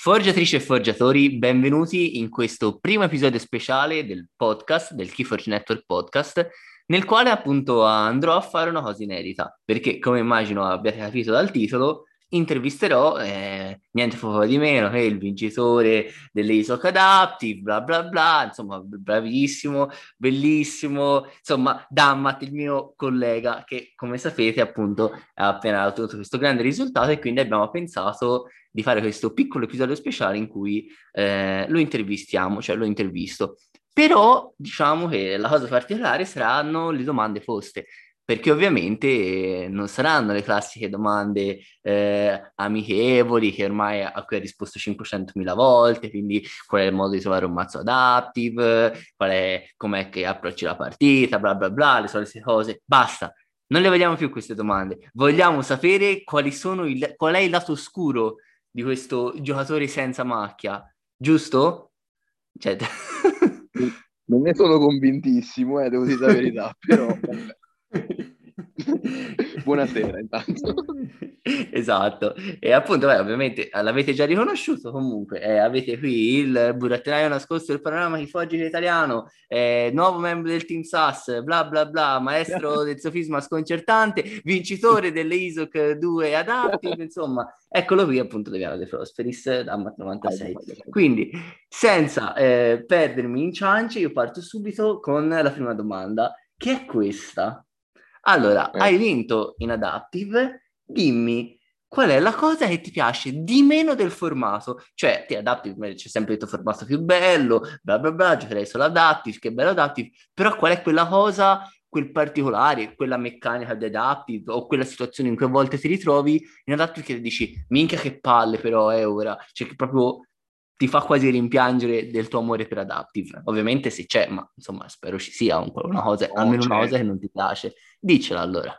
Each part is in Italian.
Forgiatrici e forgiatori, benvenuti in questo primo episodio speciale del podcast, del Keyforge Network Podcast, nel quale appunto andrò a fare una cosa inedita, perché come immagino abbiate capito dal titolo, intervisterò niente poco di meno che il vincitore delle ISOC Adaptive, bla bla bla, insomma bravissimo, bellissimo, insomma Dammat, il mio collega che come sapete appunto ha appena ottenuto questo grande risultato e quindi abbiamo pensato di fare questo piccolo episodio speciale in cui lo intervistiamo, cioè lo intervisto. Però diciamo che la cosa particolare saranno le domande poste, perché ovviamente non saranno le classiche domande amichevoli che ormai a cui hai risposto 500.000 volte, quindi qual è il modo di trovare un mazzo adaptive, com'è che approcci la partita, bla bla bla, le solite cose. Basta, non le vogliamo più queste domande. Vogliamo sapere qual è il lato oscuro di questo giocatore senza macchia, giusto? Cioè... Non ne sono convintissimo, devo dire la verità, però vabbè. Buonasera, intanto. Esatto, e appunto, ovviamente l'avete già riconosciuto comunque, avete qui il burattinaio nascosto del panorama tifoggico italiano, nuovo membro del Team SAS, bla bla bla, maestro del sofisma sconcertante, vincitore delle ISOC 2 Adaptive, insomma, eccolo qui appunto Deviano De Prosperis, Dammat 96. Quindi, senza perdermi in ciance, io parto subito con la prima domanda, che è questa. Allora, Eh, hai vinto in Adaptive, dimmi qual è la cosa che ti piace di meno del formato? Cioè, ti Adaptive c'è sempre detto formato più bello, bla bla bla, giocherei solo Adaptive, che bello Adaptive, però qual è quella cosa, quel particolare, quella meccanica di Adaptive o quella situazione in cui a volte ti ritrovi in Adaptive che dici, minchia che palle però è ora, cioè che proprio ti fa quasi rimpiangere del tuo amore per Adaptive. Ovviamente se c'è, ma insomma spero ci sia una cosa, no, almeno una cosa che non ti piace. Diccela allora.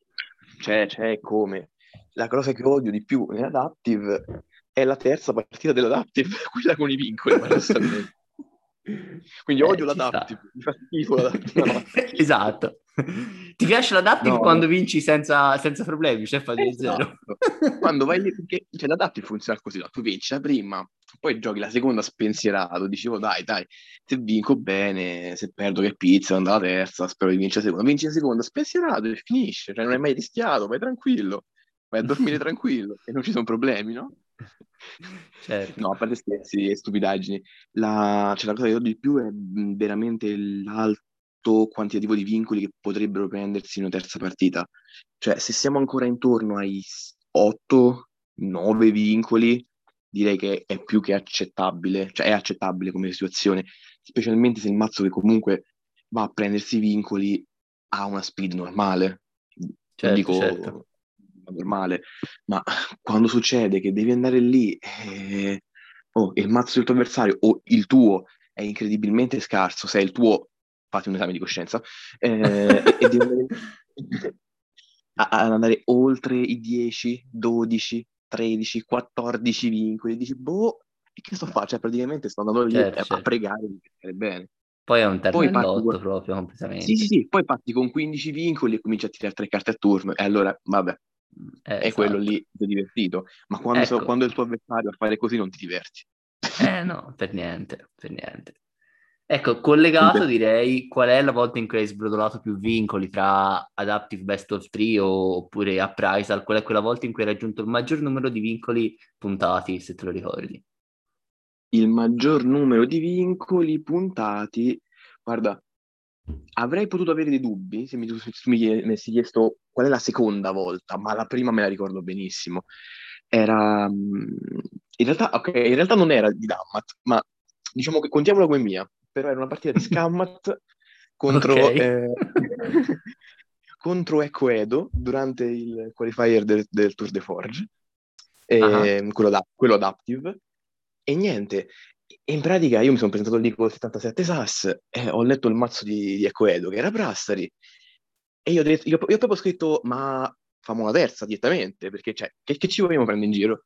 c'è come. La cosa che odio di più in Adaptive è la terza partita dell'Adaptive, quella con i vincoli, paradossalmente. Quindi odio Ci l'Adaptive, sta. mi fa schifo l'Adaptive. No, Esatto. Ti piace l'Adaptive no, quando vinci senza problemi, cioè fai 2-0. esatto. Quando vai lì, perché cioè, l'Adaptive funziona così, no? Tu vinci la prima, poi giochi la seconda spensierato, dicevo dai, se vinco bene, se perdo che pizza, andrò alla terza, spero di vincere la seconda. Vinci la seconda, spensierato e finisce, cioè non hai mai rischiato, vai tranquillo, vai a dormire tranquillo e non ci sono problemi, no? Certo. No, a parte scherzi e stupidaggini, la cosa che odio di più è veramente l'alto quantitativo di vincoli che potrebbero prendersi in una terza partita. Cioè, se siamo ancora intorno ai 8, 9 vincoli, direi che è più che accettabile, cioè è accettabile come situazione, specialmente se il mazzo che comunque va a prendersi vincoli ha una speed normale. Non Certo, certo. dico normale, ma quando succede che devi andare lì oh, il mazzo del tuo avversario o il tuo è incredibilmente scarso, se è il tuo, fate un esame di coscienza, e devi andare ad andare oltre i 10, 12, 13, 14 vincoli, dici, boh, e che sto a fare? Cioè, praticamente sto andando lì Certo, a certo. pregare di giocare bene. Poi è un terno Poi e parti con... lotto proprio Sì, sì, completamente. sì, poi parti con 15 vincoli e cominci a tirare tre carte a turno. E allora, vabbè, è quello Esatto. lì che è divertito. Ma Ecco, quando è il tuo avversario a fare così non ti diverti. no, per niente, per niente. Ecco, collegato Invece, direi qual è la volta in cui hai sbrodolato più vincoli tra Adaptive Best of Three oppure Appraisal, qual è quella volta in cui hai raggiunto il maggior numero di vincoli puntati, se te lo ricordi. il maggior numero di vincoli puntati, guarda, avrei potuto avere dei dubbi se mi avessi chiesto qual è la seconda volta, ma la prima me la ricordo benissimo. Era, in realtà, ok, in realtà non era di Dammat, ma diciamo che contiamola come mia, però era una partita di Scammat Ok. contro, contro Echo Edo durante il qualifier del Tour de Forge, Ah, quello adaptive, e niente, in pratica io mi sono presentato lì con 77 SAS e ho letto il mazzo di Echo Edo, che era Brastari, e io ho proprio scritto, ma famo una terza direttamente, perché cioè, che ci vogliamo prendere in giro?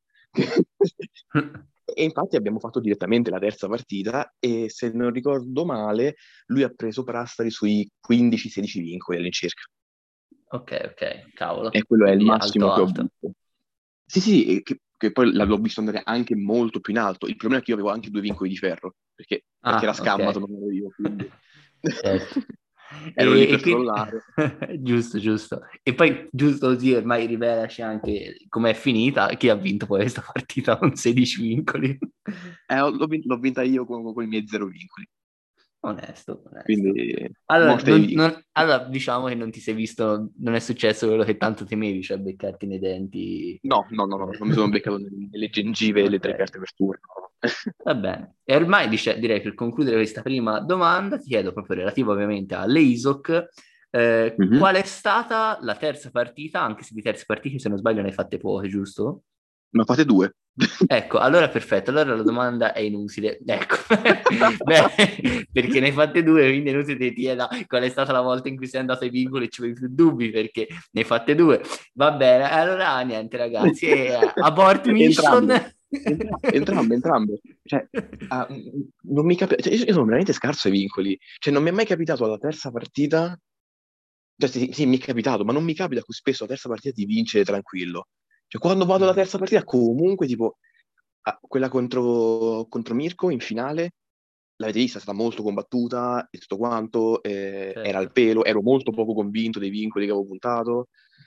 E infatti abbiamo fatto direttamente la terza partita e se non ricordo male, lui ha preso Prastari sui 15-16 vincoli all'incirca. ok, ok, cavolo. E quello è il Quindi massimo alto che ho alto. visto. Sì, sì, che poi l'ho visto andare anche molto più in alto. Il problema è che io avevo anche due vincoli di ferro, perché era Ah, ok. scammato, non ero io, quindi Certo. ero lì E per quindi... trollare. Giusto, giusto. E poi, giusto così, ormai rivelaci anche com'è finita, chi ha vinto poi questa partita con 16 vincoli. L'ho vinta io con i miei zero vincoli, Onesto, onesto. quindi Allora, morte ai vincoli. allora, diciamo che non ti sei visto, non è successo quello che tanto temevi, cioè beccarti nei denti. No, no, no, no, non mi sono beccato nelle gengive e le Ok, tre carte per turno. va bene. E ormai direi per concludere questa prima domanda, ti chiedo proprio relativo ovviamente alle ISOC, Mhm. qual è stata la terza partita, anche se di terze partite se non sbaglio ne hai fatte poche, giusto? Ne ho fatte due. Ecco, allora perfetto, allora la domanda è inutile. Ecco, beh, perché ne hai fatte due, quindi è inutile che ti chieda qual è stata la volta in cui sei andato ai vincoli e ci avevi più dubbi, perché ne hai fatte due. Va bene, allora niente ragazzi, abort mission. Entrambe, entrambe. Cioè, non mi cioè, io sono veramente scarso ai vincoli. Cioè, non mi è mai capitato alla terza partita. Cioè, sì, sì, mi è capitato, ma non mi capita così spesso la terza partita di vincere tranquillo. Cioè, quando vado alla Mm, terza partita, comunque, tipo, quella contro Mirko in finale, l'avete vista, è stata molto combattuta e tutto quanto, era al certo. pelo, ero molto poco convinto dei vincoli che avevo puntato.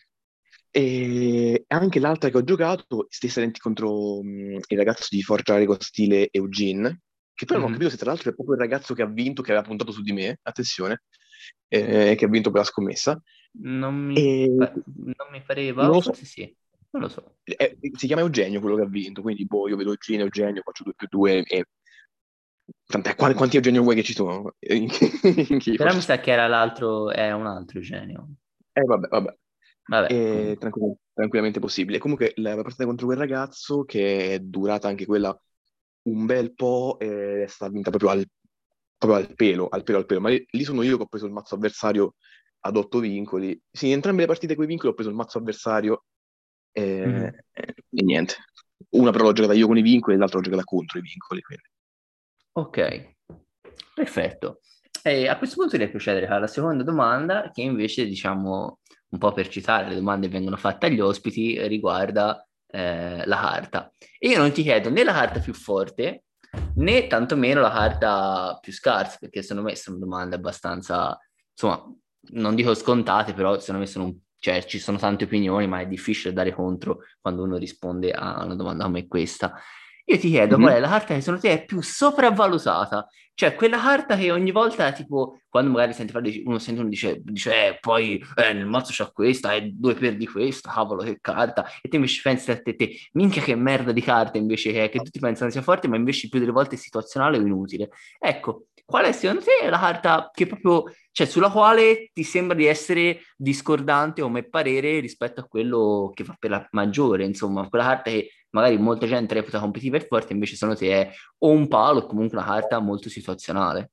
E anche l'altra che ho giocato, stessa identica contro il ragazzo di Forza Rego stile Eugene, che poi non ho Mhm. capito se tra l'altro è proprio il ragazzo che ha vinto, che aveva puntato su di me, attenzione, che ha vinto quella scommessa. E Non mi pareva, o non lo so, forse sì, non lo so. si chiama Eugenio quello che ha vinto, quindi boh, io vedo Eugenio, Eugenio, faccio 2 più 2 e... Tant'è, quanti Eugenio vuoi che ci sono in Però mi Keyforge? sa che era l'altro, è un altro genio. Vabbè, vabbè. Vabbè, È comunque. tranquillamente possibile. Comunque, la partita contro quel ragazzo, che è durata anche quella un bel po', è stata vinta proprio al pelo, al pelo, al pelo. Ma lì sono io che ho preso il mazzo avversario ad 8 vincoli. Sì, in entrambe le partite con i vincoli ho preso il mazzo avversario Mhm. e niente. Una però l'ho giocata io con i vincoli e l'altra l'ho giocata contro i vincoli. Quindi. Ok, perfetto. E a questo punto direi procedere alla seconda domanda, che invece, diciamo, un po' per citare le domande che vengono fatte agli ospiti, riguarda la carta. E io non ti chiedo né la carta più forte, né tantomeno la carta più scarsa, perché secondo me sono domande abbastanza, insomma, non dico scontate, però secondo me sono, cioè, ci sono tante opinioni, ma è difficile dare contro quando uno risponde a una domanda come questa. Io ti chiedo qual Mhm. è la carta che secondo te è più sopravvalutata? Cioè, quella carta che ogni volta, tipo, quando magari senti fare, uno sente uno dice, poi nel mazzo c'ha questa, e due per di questa, cavolo, che carta. E te invece pensi a te, minchia che merda di carta invece che tutti pensano sia forte, ma invece più delle volte è situazionale o inutile. Ecco, qual è secondo te la carta che proprio, cioè, sulla quale ti sembra di essere discordante o me parere rispetto a quello che fa per la maggiore, insomma, quella carta che magari molta gente reputa competitiva e forte, invece secondo te è o un palo o comunque una carta molto situazionale.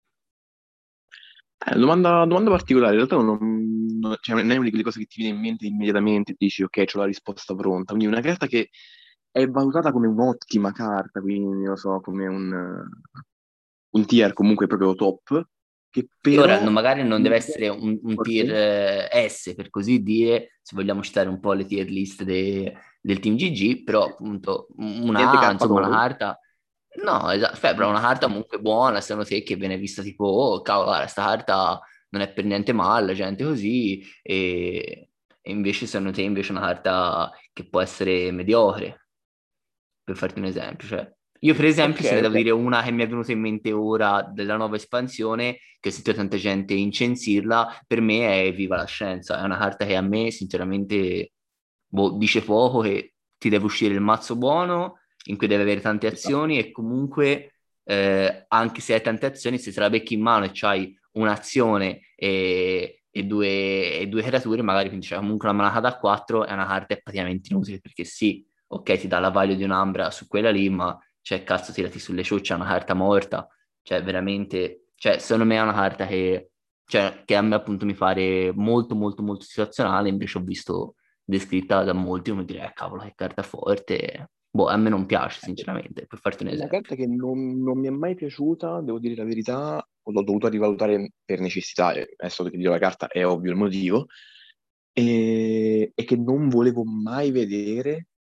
Domanda particolare, in realtà cioè, non è una di quelle cose che ti viene in mente immediatamente e dici ok, c'ho la risposta pronta. Quindi una carta che è valutata come un'ottima carta, quindi non lo so, come un tier comunque proprio top, che Sì, ora però magari non deve non essere un tier forse? S, per così dire, se vogliamo citare un po' le tier list del team GG, però appunto Niente una A, insomma, una K9. carta. No, esatto, però una carta comunque buona, secondo te, che viene vista tipo, oh, cavolo, guarda, sta carta non è per niente male, gente così, e invece secondo te invece una carta che può essere mediocre, per farti un esempio, cioè. Io per Ok, esempio, se ne devo ok. dire una che mi è venuta in mente ora della nuova espansione, che ho sentito tanta gente incensirla, per me è Viva la Scienza, è una carta che a me sinceramente boh, dice poco, che ti deve uscire il mazzo buono, in cui deve avere tante Ci sta. azioni e comunque anche se hai tante azioni, se te la becchi in mano e c'hai un'azione e due creature, magari quindi c'è comunque una manata da 4, è una carta praticamente inutile, perché sì, ok, ti dà la value di un'Ambra su quella lì, ma cioè, cazzo, tirati sulle ciucce, è una carta morta, cioè veramente, cioè, secondo me è una carta che a me appunto mi pare molto molto molto situazionale, invece ho visto descritta da molti come dire, cavolo, che carta forte. Boh, a me non piace, sinceramente, per farti un Una esempio. carta che non mi è mai piaciuta, devo dire la verità, l'ho dovuta rivalutare per necessità, e adesso che ti dico la carta è ovvio il motivo, e che non volevo mai vedere,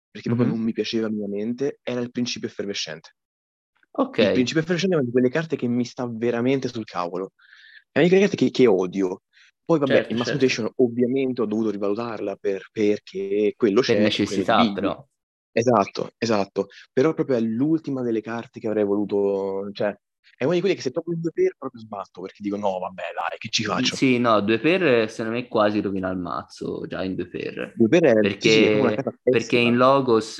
perché proprio non Mhm. mi piaceva minimamente, era il Principio Effervescente. Ok, Il Principio Effervescente è una di quelle carte che mi sta veramente sul cavolo. È una di quelle carte che odio. Poi vabbè, in certo, Mass certo. Mutation ovviamente ho dovuto rivalutarla perché quello Per c'è e quello necessità, dividi. però. Esatto, esatto. Però proprio è l'ultima delle carte che avrei voluto, cioè, è una di quelle che se tocco il 2 per proprio sbatto, perché dico no, vabbè, dai, che ci faccio? Sì, no, due per secondo me quasi rovina il mazzo già in due per. 2 per è, sì, sì, è proprio una Perché, carta perché in pessima. Logos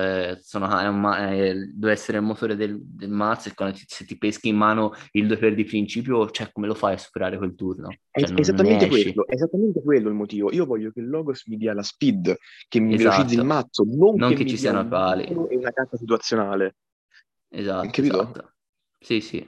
deve essere il motore del mazzo e se ti peschi in mano il 2 per di principio, cioè come lo fai a superare quel turno? È Cioè non ne esci. è esattamente quello il motivo. Io voglio che il Logos mi dia la speed, che mi velocizzi il Esatto. mazzo, non Non che che mi ci dia siano un pali. vincolo e una carta situazionale. Esatto, Capito? esatto. Sì, sì.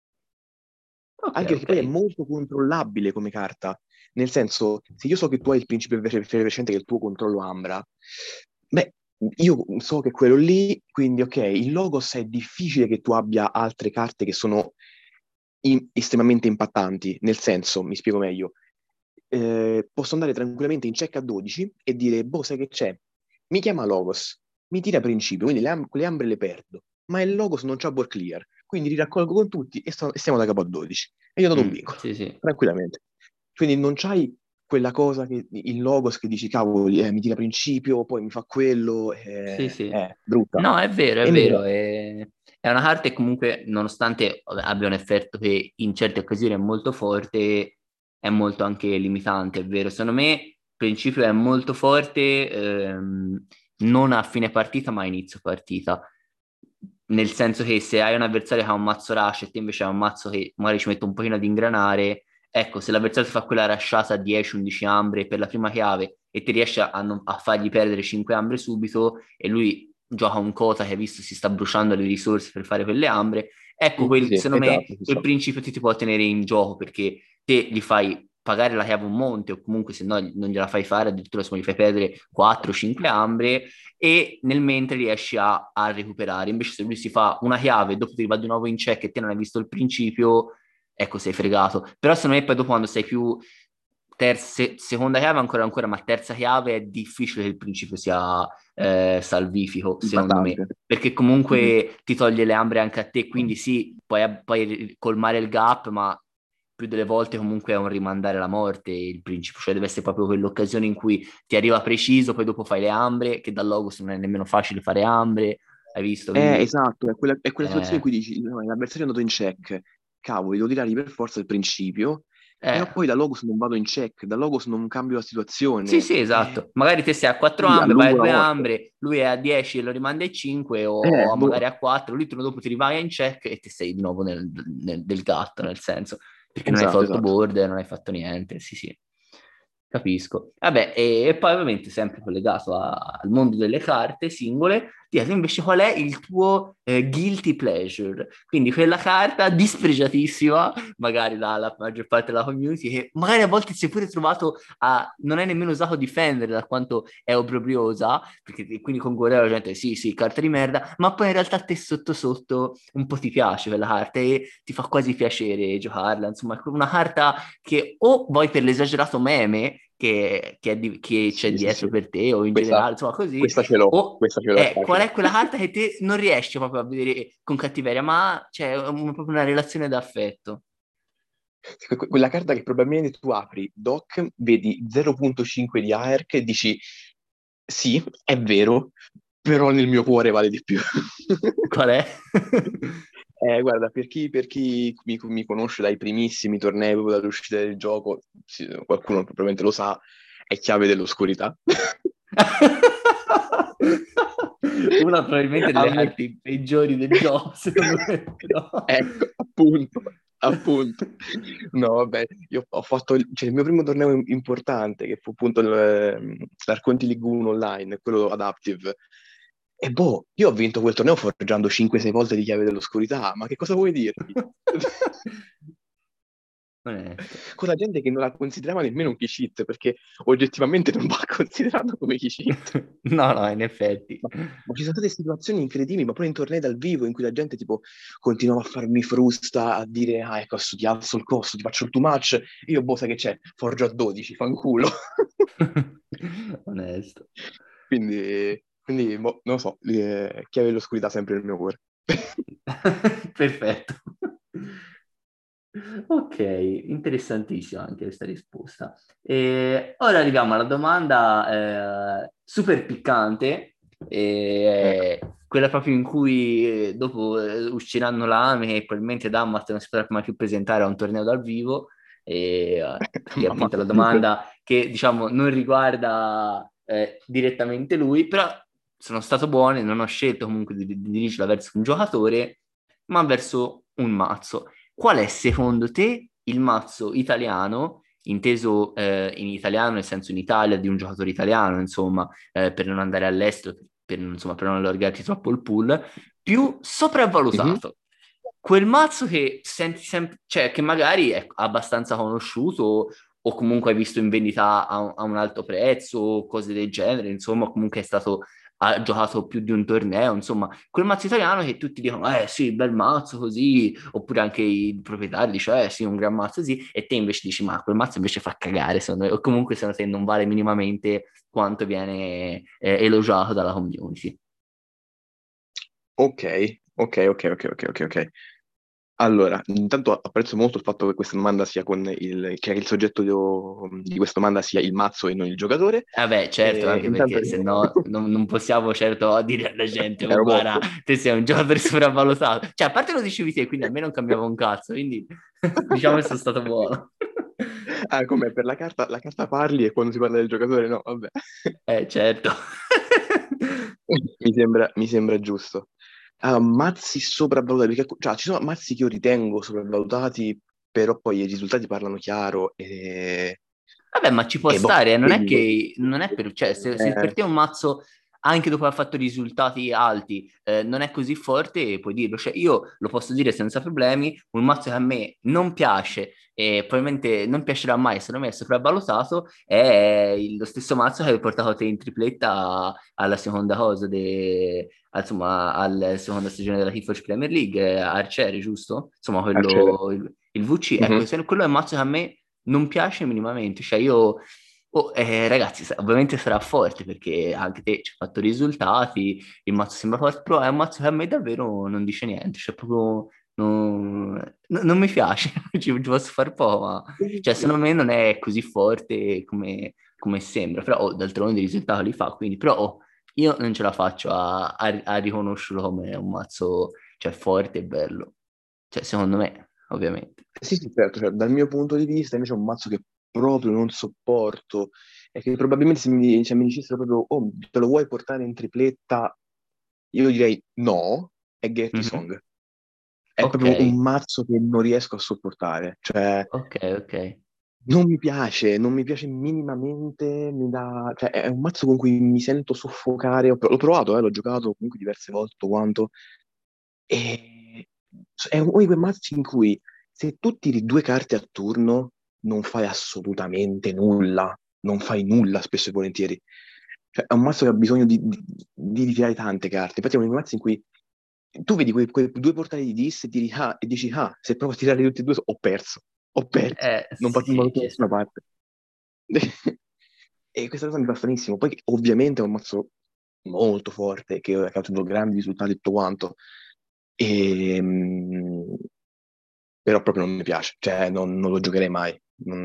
Ok, Anche perché ok. poi è molto controllabile come carta. Nel senso, se io so che tu hai il principio effervescente che è il tuo controllo Ambra, beh, io so che quello lì, quindi ok, il Logos è difficile che tu abbia altre carte che sono estremamente impattanti. Nel senso, mi spiego meglio, posso andare tranquillamente in check a 12 e dire, boh, sai che c'è? Mi chiama Logos, mi tira principio, quindi quelle ambre le perdo, ma il Logos non c'ha board clear, quindi li raccolgo con tutti e stiamo da capo a 12. E io ho dato un vincolo, Sì, sì. tranquillamente. Quindi non c'hai quella cosa che il Logos che dici, cavoli, mi tira principio, poi mi fa quello, Sì, sì. è brutta. No, è vero, E è invece vero. no. È una carta che comunque, nonostante vabbè, abbia un effetto che in certe occasioni è molto forte, è molto anche limitante, è vero. Secondo me, il principio è molto forte, non a fine partita, ma a inizio partita. Nel senso che se hai un avversario che ha un mazzo rush e te invece hai un mazzo che magari ci mette un pochino ad ingranare, ecco, se l'avversario ti fa quella rasciata a 10-11 ambre per la prima chiave e ti riesce a fargli perdere 5 ambre subito e lui gioca un Cota che hai visto si sta bruciando le risorse per fare quelle ambre, ecco, Sì, sì, secondo esatto, me ci quel sta. principio ti può tenere in gioco perché te gli fai pagare la chiave un monte o comunque se no non gliela fai fare, addirittura se gli fai perdere 4-5 ambre e nel mentre riesci a recuperare. Invece se lui si fa una chiave e dopo ti va di nuovo in check e te non hai visto il principio, ecco, sei fregato. Però secondo me poi dopo quando sei più seconda chiave ancora, ma terza chiave è difficile che il principio sia salvifico, secondo me, Impattante. perché Mhm. comunque ti toglie le ambre anche a te, quindi sì, puoi colmare il gap, ma più delle volte comunque è un rimandare la morte il principio, cioè deve essere proprio quell'occasione in cui ti arriva preciso, poi dopo fai le ambre, che dal Logos non è nemmeno facile fare ambre, hai visto? Quindi Esatto, è quella situazione in eh, cui dici, no, l'avversario è andato in check, cavoli, devo tirargli per forza il principio, eh, però poi da Logos non vado in check, da Logos non cambio la sì, situazione, sì, esatto. Magari te sei a 4 quindi ambre, vai a allungo la 2 morte. ambre, lui è a 10 e lo rimanda a 5 o magari Boh, a 4, lui il turno dopo ti rivai in check e te sei di nuovo del gatto, nel senso, perché non hai esatto, tolto esatto. board, non hai fatto niente, sì, sì. Capisco. Vabbè, e poi ovviamente sempre collegato al mondo delle carte singole, Dietro invece qual è il tuo guilty pleasure? Quindi quella carta dispregiatissima, magari dalla maggior parte della community, che magari a volte si è pure trovato a... non è nemmeno usato difendere da quanto è obbrobriosa, perché quindi con Gorilla la gente sì, sì, carta di merda, ma poi in realtà a te sotto sotto un po' ti piace quella carta e ti fa quasi piacere giocarla, insomma, è una carta che o vuoi per l'esagerato meme che c'è Sì, sì, dietro sì. per te o in Questa, generale, insomma così, questa ce l'ho, o questa ce l'ho, è qual facile. è quella carta che te non riesci proprio a vedere con cattiveria, ma c'è proprio una relazione d'affetto. Quella carta che probabilmente tu apri, Doc, vedi 0,5 di AERC e dici, sì, è vero, però nel mio cuore vale di più. Qual è? Guarda, per chi mi conosce dai primissimi tornei, proprio dall'uscita del gioco, qualcuno probabilmente lo sa, è Chiave dell'Oscurità. Una probabilmente A delle me, carte peggiori del gioco, secondo me, però. ecco, appunto, appunto. No, vabbè, io ho fatto cioè, il mio primo torneo importante, che fu appunto l'Arconti League 1 online, quello adaptive. E boh, io ho vinto quel torneo forgiando 5-6 volte di Chiave dell'Oscurità, ma che cosa vuoi dirmi? Onesto. Con la gente che non la considerava nemmeno un key cheat, perché oggettivamente non va considerato come key cheat. No, no, in effetti. Ma ci sono state situazioni incredibili, ma pure in tornei dal vivo, in cui la gente tipo continuava a farmi frusta, a dire, ah, ecco, adesso ti alzo il costo, ti faccio il too much. E io, boh, sai che c'è? Forgio a 12, fanculo. Onesto. Quindi Quindi, non lo so, chiave dell'oscurità sempre nel mio cuore. Perfetto. Ok, interessantissima anche questa risposta. E ora arriviamo alla domanda super piccante, Ecco. quella proprio in cui dopo usciranno lame e probabilmente Dammat non si potrà mai più presentare a un torneo dal vivo, perché Mamma appunto è la mia. domanda che diciamo non riguarda direttamente lui, però sono stato buono e non ho scelto comunque di dirigerla verso un giocatore, ma verso un mazzo. Qual è secondo te il mazzo italiano, inteso in italiano nel senso in Italia di un giocatore italiano, insomma, per non andare all'estero, insomma, per non allargarti troppo il pool, più Mhm. sopravvalutato? Quel mazzo che senti sempre, cioè che magari è abbastanza conosciuto o comunque hai visto in vendita a un alto prezzo o cose del genere, insomma, comunque è stato ha giocato più di un torneo, insomma, quel mazzo italiano che tutti dicono, sì, bel mazzo così, oppure anche i proprietari dicono, sì, un gran mazzo così, e te invece dici, ma quel mazzo invece fa cagare, secondo me, o comunque secondo te non vale minimamente quanto viene elogiato dalla community. Ok, ok, ok, ok, ok, ok, ok. Allora, intanto apprezzo molto il fatto che questa domanda sia che il soggetto di questa domanda sia il mazzo e non il giocatore. Vabbè, certo, E anche intanto perché se no non possiamo certo dire alla gente, oh guarda, aeroporto. te sei un giocatore sopravvalutato. Cioè, a parte lo dicevi te, quindi a me non cambiava un cazzo, quindi diciamo che sono stato buono. Ah, com'è? Per la carta parli e quando si parla del giocatore no, vabbè. Certo. Mi sembra giusto. Mazzi sopravvalutati, perché cioè, ci sono mazzi che io ritengo sopravvalutati, però poi i risultati parlano chiaro Vabbè, ma ci può e boh, stare, non è quello. che non è per, cioè, se per te un mazzo, anche dopo aver fatto risultati alti, non è così forte, puoi dirlo. Cioè, io lo posso dire senza problemi, un mazzo che a me non piace e probabilmente non piacerà mai, secondo me è sopravvalutato, è lo stesso mazzo che hai portato te in tripletta alla seconda cosa, insomma, alla seconda stagione della Keyforge Premier League, Arcieri, giusto? Insomma, Arciere. quello, il VC, ecco, Mhm. quello è un mazzo che a me non piace minimamente, cioè io, ragazzi, ovviamente sarà forte perché anche te ci hai fatto risultati, il mazzo sembra forte, però è un mazzo che a me davvero non dice niente, cioè proprio non mi piace, ci posso far poco, ma cioè secondo me non è così forte come sembra, però d'altronde i risultati li fa, quindi però io non ce la faccio a riconoscerlo come un mazzo, cioè, forte e bello, cioè secondo me, ovviamente. Sì, sì, certo, cioè, dal mio punto di vista invece è un mazzo che proprio non sopporto e che probabilmente se mi dicessero proprio, oh, te lo vuoi portare in tripletta, io direi no, è Getty Mhm. Song. È Ok, proprio un mazzo che non riesco a sopportare, cioè ok, ok. non mi piace minimamente, cioè, è un mazzo con cui mi sento soffocare, l'ho provato, l'ho giocato comunque diverse volte, tutto quanto, e è uno di quei mazzi in cui se tu tiri due carte a turno non fai assolutamente nulla, non fai nulla spesso e volentieri. Cioè, è un mazzo che ha bisogno di ritirare tante carte. Infatti è uno di quei mazzi in cui tu vedi quei due portali di Dis e, e dici, ah, se provo a tirare tutti e due ho perso, ho perso, Sì, non vado sì, da ci nessuna sta. parte. E questa cosa mi fa stranissimo. Poi ovviamente è un mazzo molto forte che ha ottenuto grandi risultati e tutto quanto. E, però proprio non mi piace, cioè non lo giocherei mai.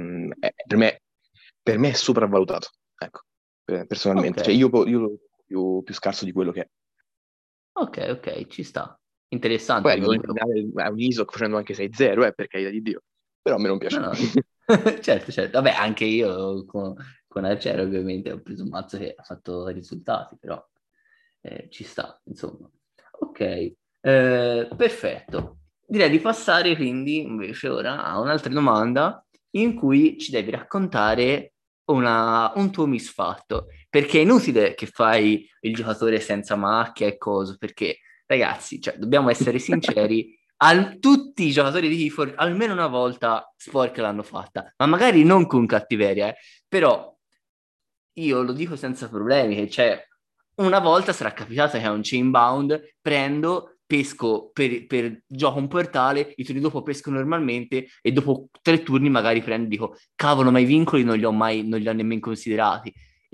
Per me è sopravvalutato, ecco, Ok, personalmente. Cioè io lo più scarso di quello che è. ok, ok, ci sta. Interessante Poi arrivo a comunque. eliminare a un ISOC facendo anche 6-0, per carità di Dio. Però a me non No, piace. no. Certo, certo. Vabbè, anche io con Arciero ovviamente ho preso un mazzo che ha fatto risultati, però ci sta, insomma. Ok, perfetto. Direi di passare quindi invece ora a un'altra domanda in cui ci devi raccontare un tuo misfatto, perché è inutile che fai il giocatore senza macchia e cose, perché ragazzi, cioè, dobbiamo essere sinceri, tutti i giocatori di Keyforge almeno una volta sporca l'hanno fatta, ma magari non con cattiveria, però io lo dico senza problemi, che c'è una volta sarà capitato che a un chain bound prendo, pesco gioco un portale, i turni dopo pesco normalmente e dopo 3 turni magari prendo e dico cavolo, ma i vincoli non li ho nemmeno considerati.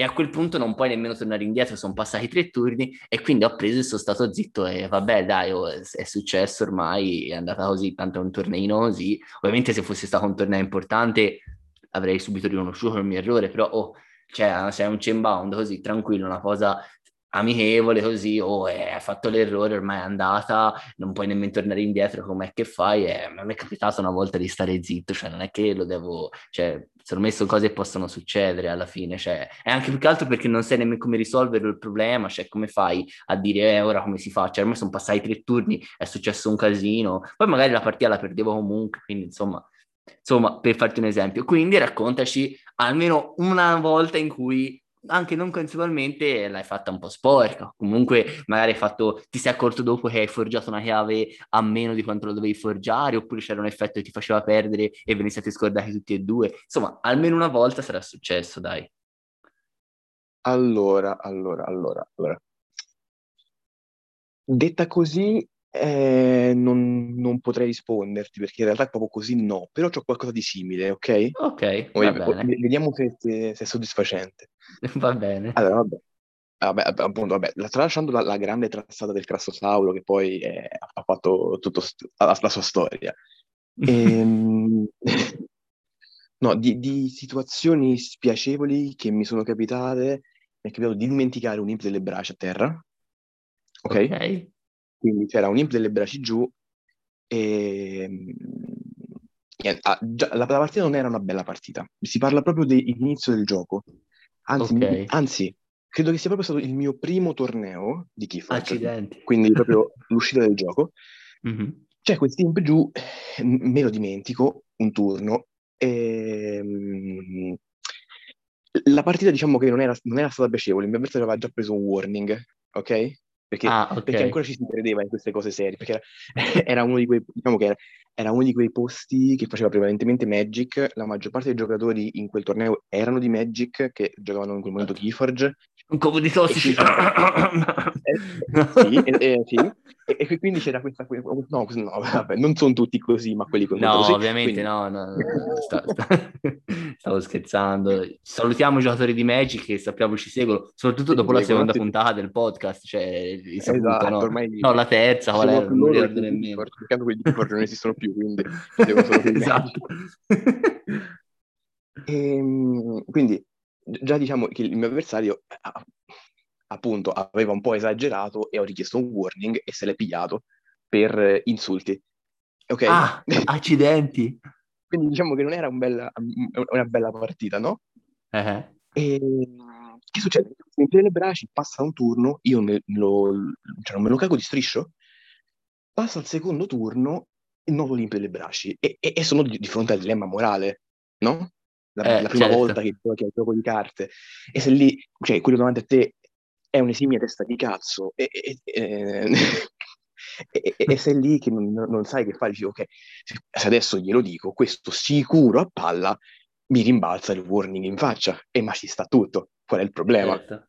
e a quel punto non puoi nemmeno tornare indietro, sono passati 3 turni e quindi ho preso e sono stato zitto e vabbè dai, è successo ormai, è andata così, tanto è un torneino così, ovviamente se fosse stato un torneo importante avrei subito riconosciuto il mio errore, però cioè, se è un chainbound così tranquillo, una cosa amichevole così, hai fatto l'errore, ormai è andata, non puoi nemmeno tornare indietro, com'è che fai? A me è capitato una volta di stare zitto, cioè non è che lo devo, cioè, secondo me sono cose che possono succedere alla fine, cioè, è anche più che altro perché non sai nemmeno come risolvere il problema, cioè come fai a dire ora come si fa? Cioè, ormai sono passati 3 turni, è successo un casino, poi magari la partita la perdevo comunque, quindi insomma, per farti un esempio. Quindi raccontaci almeno una volta in cui anche non consapevolmente l'hai fatta un po' sporca. Comunque, magari ti sei accorto dopo che hai forgiato una chiave a meno di quanto lo dovevi forgiare, oppure c'era un effetto che ti faceva perdere e ve ne siete scordati tutti e due. Insomma, almeno una volta sarà successo, dai. Allora. Detta così, non potrei risponderti perché in realtà è proprio così no, però c'ho qualcosa di simile, ok? Ok, va bene, Vediamo se è soddisfacente. va bene. Allora, appunto, tralasciando la grande trazzata del Crassosauro che poi ha fatto la sua storia. Ehm, no, di situazioni spiacevoli che mi sono capitate, mi è capitato di dimenticare un imp delle braccia a terra, Ok. ok? Quindi c'era un imp delle braccia giù e niente, la partita non era una bella partita. Si parla proprio dell'inizio del gioco. Anzi, Ok, anzi, credo che sia proprio stato il mio primo torneo di Keyforge, accidenti. quindi proprio l'uscita del gioco. Mhm. C'è quel team giù, me lo dimentico, un turno, la partita diciamo che non era stata piacevole, il mio avversario aveva già preso un warning, ok? Perché, Ah, ok. perché ancora ci si credeva in queste cose serie, perché era uno di quei, diciamo che era uno di quei posti che faceva prevalentemente Magic, la maggior parte dei giocatori in quel torneo erano di Magic, che giocavano in quel momento Keyforge, Un covo di e tossici. quindi c'era sì, sì. E quindi c'era no, vabbè, non sono tutti così, ma quelli No, coinvolti così. ovviamente Quindi, no, no, no, stavo scherzando. Salutiamo i giocatori di Magic che sappiamo ci seguono, soprattutto se ci dopo la seguono, seconda puntata del podcast, cioè risaputo, esatto, no? ormai No, la terza, ci qual seguono era? più Non mi loro che ricordo quelli di nemmeno. Keyforge, perché quelli di Keyforge non esistono più, quindi ci seguono solo quelli Magic. Esatto. Quindi già diciamo che il mio avversario appunto aveva un po' esagerato e ho richiesto un warning e se l'è pigliato per insulti. Ok? Ah, accidenti. Quindi diciamo che non era una bella partita, no? Eh. E che succede? Mi prende le braccia, passa un turno, io cioè non me lo cago di striscio, passa al secondo turno e non lo limpio le braccia e sono di fronte al dilemma morale, no? La prima volta Certo. che giochi al gioco di carte e se lì, cioè quello davanti a te è un'esimia testa di cazzo e sei lì che non sai che fare, dici ok, se adesso glielo dico, questo sicuro a palla mi rimbalza il warning in faccia e ma ci sta tutto, qual è il problema? Certo.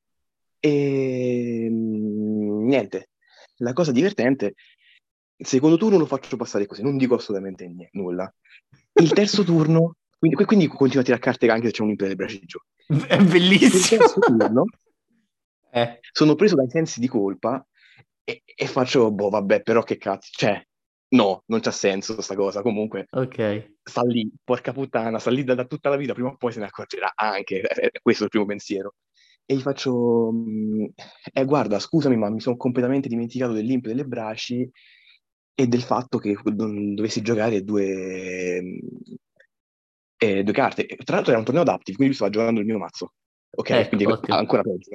E niente, la cosa divertente, il secondo turno lo faccio passare così, non dico assolutamente nulla. Il terzo turno, quindi continua a tirare carte anche se c'è un impero dei bracci giù. È Il bellissimo. terzo turno Eh, sono preso dai sensi di colpa e faccio, boh, vabbè, però che cazzo, cioè, no, non c'ha senso sta cosa. Comunque, ok. sta lì, porca puttana, sta lì da tutta la vita, prima o poi se ne accorgerà anche, questo è il primo pensiero. E gli faccio, guarda, scusami, ma mi sono completamente dimenticato dell'imp delle braci e del fatto che dovessi giocare due carte. E tra l'altro era un torneo adaptive, quindi lui stava giocando il mio mazzo. Ok, Ecco, quindi ottimo. ancora peggio.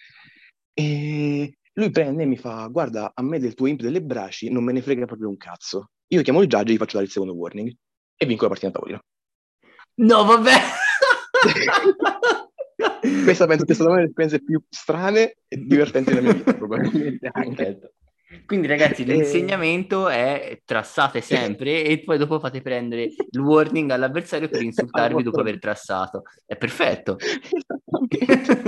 E lui prende e mi fa: Guarda, a me del tuo imp delle braci non me ne frega proprio un cazzo. Io chiamo il judge e gli faccio dare il secondo warning e vinco la partita a tavolino. No, vabbè. Questa penso sia stata una delle esperienze più strane e divertenti della mia vita, probabilmente anche. Perfetto. Quindi ragazzi, E... l'insegnamento è trassate sempre e poi dopo fate prendere il warning all'avversario per Al insultarvi dopo vostro aver trassato. È perfetto. Esattamente.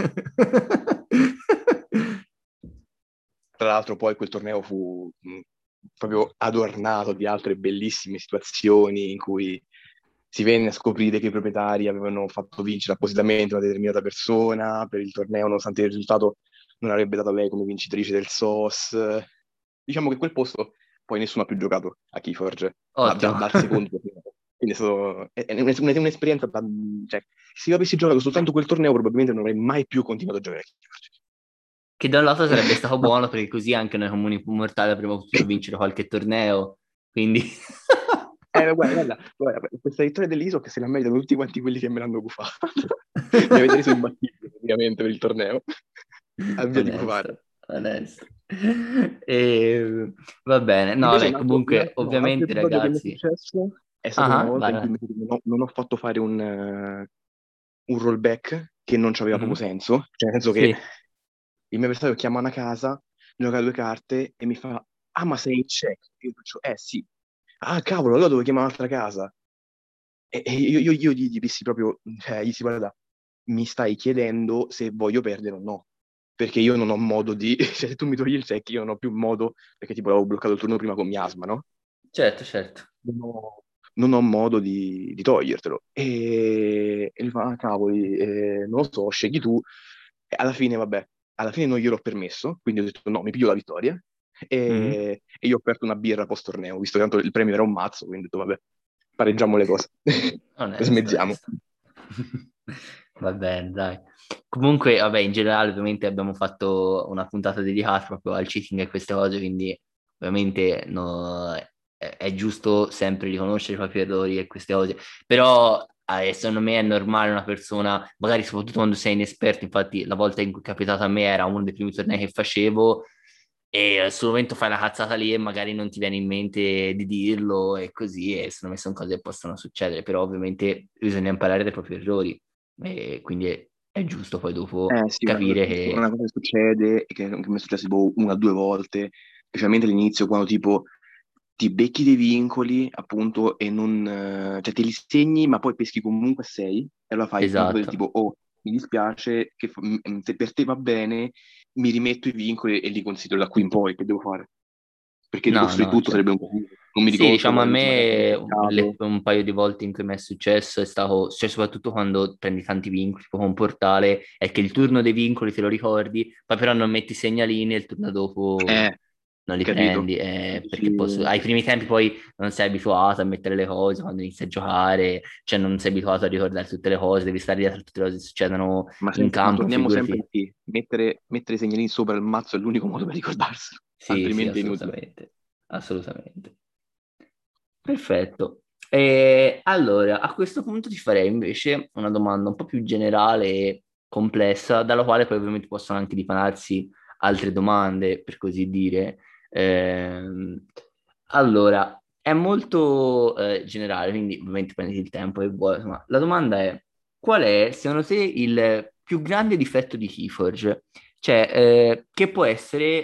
Tra l'altro poi quel torneo fu proprio adornato di altre bellissime situazioni in cui si venne a scoprire che i proprietari avevano fatto vincere appositamente una determinata persona per il torneo, nonostante il risultato non avrebbe dato a lei come vincitrice del SOS. Diciamo che quel posto poi nessuno ha più giocato a Keyforge, ma Ottimo. dal secondo. Quindi è un'esperienza cioè, se io avessi giocato soltanto quel torneo probabilmente non avrei mai più continuato a giocare a Keyforge. Che da un lato sarebbe stato buono perché così anche noi comuni mortali avremmo potuto vincere qualche torneo. Quindi... Guarda, questa vittoria dell'ISO che se la meritano tutti quanti quelli che me l'hanno bufato. Mi avete reso imbattibile praticamente per il torneo. Al via di bufare. Onesto, onesto. E, va bene, no, Invece vabbè, comunque, un altro ovviamente, episodio che mi è ragazzi. successo è stata una Ah, volta vai, in cui vai. non ho fatto fare un rollback che non aveva proprio Mhm. senso. Cioè, nel senso che Sì. il mio avversario chiama una casa, gioca due carte e mi fa: Ah, ma sei in check? E io faccio: sì. Ah, cavolo, allora devo chiamare un'altra casa. E io gli dissi proprio, cioè, gli dissi: Guarda, mi stai chiedendo se voglio perdere o no. Perché io non ho modo di, cioè, se tu mi togli il check, io non ho più modo, perché tipo avevo bloccato il turno prima con miasma, no? Certo, certo. Non ho modo di togliertelo. E mi fa, cavoli, non lo so, scegli tu. E alla fine, vabbè, alla fine non gliel'ho permesso, quindi ho detto no, mi piglio la vittoria. Mhm. E io ho aperto una birra post torneo, visto che tanto il premio era un mazzo, quindi ho detto vabbè, pareggiamo le cose, Onesto, smezziamo. onesto. Va bene, dai. Comunque, vabbè, in generale, ovviamente abbiamo fatto una puntata dedicata proprio al cheating e queste cose, quindi ovviamente è giusto sempre riconoscere i propri errori e queste cose. Però, secondo me è normale una persona, magari soprattutto quando sei inesperto, infatti la volta in cui è capitato a me era uno dei primi tornei che facevo, e sul momento fai la cazzata lì e magari non ti viene in mente di dirlo e così, e secondo me sono cose che possono succedere, però ovviamente bisogna imparare dai propri errori e quindi è giusto poi dopo Sì, capire una che... cosa che succede, e che mi è successo tipo una o due volte, specialmente all'inizio, quando tipo ti becchi dei vincoli, appunto, e non, cioè te li segni, ma poi peschi comunque a 6, e allora fai una cosa del Esatto. tipo, oh, mi dispiace, se per te va bene, mi rimetto i vincoli e li considero da qui in poi, che devo fare? Perché No, ricostruire no, tutto cioè... sarebbe un casino. Non mi Sì, ricordo diciamo qual a è l'ultima carta che ho me beccato. un paio di volte in cui mi è successo è stato, cioè soprattutto quando prendi tanti vincoli, tipo con un portale, è che il turno dei vincoli te lo ricordi, poi però non metti segnalini e il turno dopo non li Capito? prendi, perché ai primi tempi poi non sei abituato a mettere le cose quando inizi a giocare, cioè non sei abituato a ricordare tutte le cose, devi stare dietro a tutte le cose che succedono Ma in senti, ma campo, torniamo sempre figurati. a che mettere i segnalini sopra il mazzo è l'unico modo per ricordarselo, Sì, sì, altrimenti è inutile. assolutamente, assolutamente. Perfetto. E allora, a questo punto ti farei invece una domanda un po' più generale e complessa, dalla quale poi ovviamente possono anche dipanarsi altre domande, per così dire. Ehm, allora, è molto generale, quindi ovviamente prenditi il tempo che vuoi, ma la domanda è: qual è, secondo te, il più grande difetto di Keyforge? Cioè, che può essere